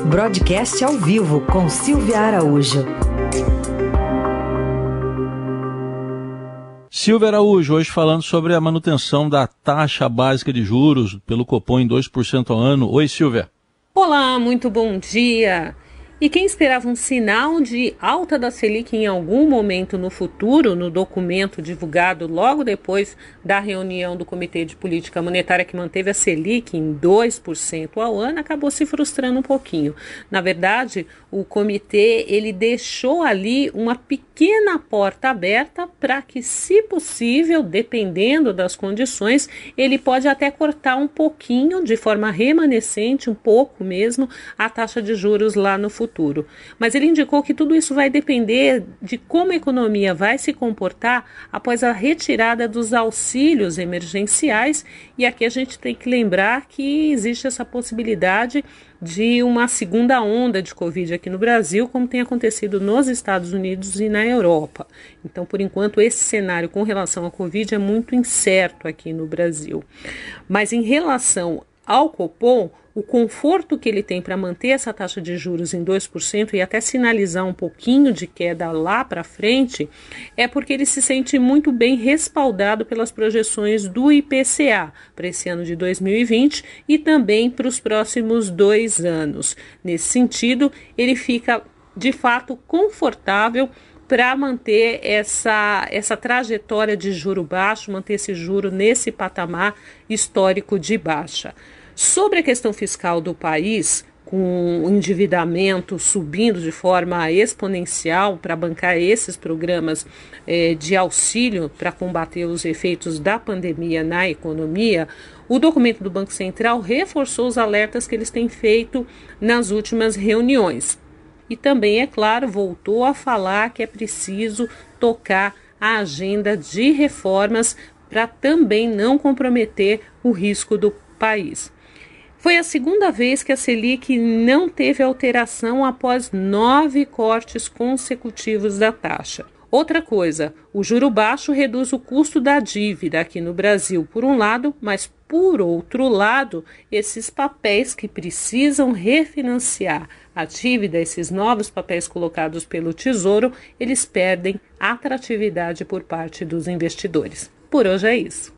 Broadcast ao vivo com Silvia Araújo. Silvia Araújo, hoje falando sobre a manutenção da taxa básica de juros pelo Copom em 2% ao ano. Oi, Silvia. Olá, muito bom dia. E quem esperava um sinal de alta da Selic em algum momento no futuro, no documento divulgado logo depois da reunião do Comitê de Política Monetária que manteve a Selic em 2% ao ano, acabou se frustrando um pouquinho. Na verdade, o comitê ele deixou ali uma pequena porta aberta para que, se possível, dependendo das condições, ele pode até cortar um pouquinho, de forma remanescente, um pouco mesmo, a taxa de juros lá no futuro. Mas ele indicou que tudo isso vai depender de como a economia vai se comportar após a retirada dos auxílios emergenciais, e aqui a gente tem que lembrar que existe essa possibilidade de uma segunda onda de Covid aqui no Brasil, como tem acontecido nos Estados Unidos e na Europa. Então, por enquanto, esse cenário com relação à Covid é muito incerto aqui no Brasil. Mas em relação ao Copom, o conforto que ele tem para manter essa taxa de juros em 2% e até sinalizar um pouquinho de queda lá para frente, é porque ele se sente muito bem respaldado pelas projeções do IPCA para esse ano de 2020 e também para os próximos 2 anos. Nesse sentido, ele fica de fato confortável para manter essa trajetória de juro baixo, manter esse juro nesse patamar histórico de baixa. Sobre a questão fiscal do país, com o endividamento subindo de forma exponencial para bancar esses programas de auxílio para combater os efeitos da pandemia na economia, o documento do Banco Central reforçou os alertas que eles têm feito nas últimas reuniões. E também, é claro, voltou a falar que é preciso tocar a agenda de reformas para também não comprometer o risco do país. Foi a segunda vez que a Selic não teve alteração após 9 cortes consecutivos da taxa. Outra coisa, o juro baixo reduz o custo da dívida aqui no Brasil, por um lado, mas por outro lado, esses papéis que precisam refinanciar a dívida, esses novos papéis colocados pelo Tesouro, eles perdem atratividade por parte dos investidores. Por hoje é isso.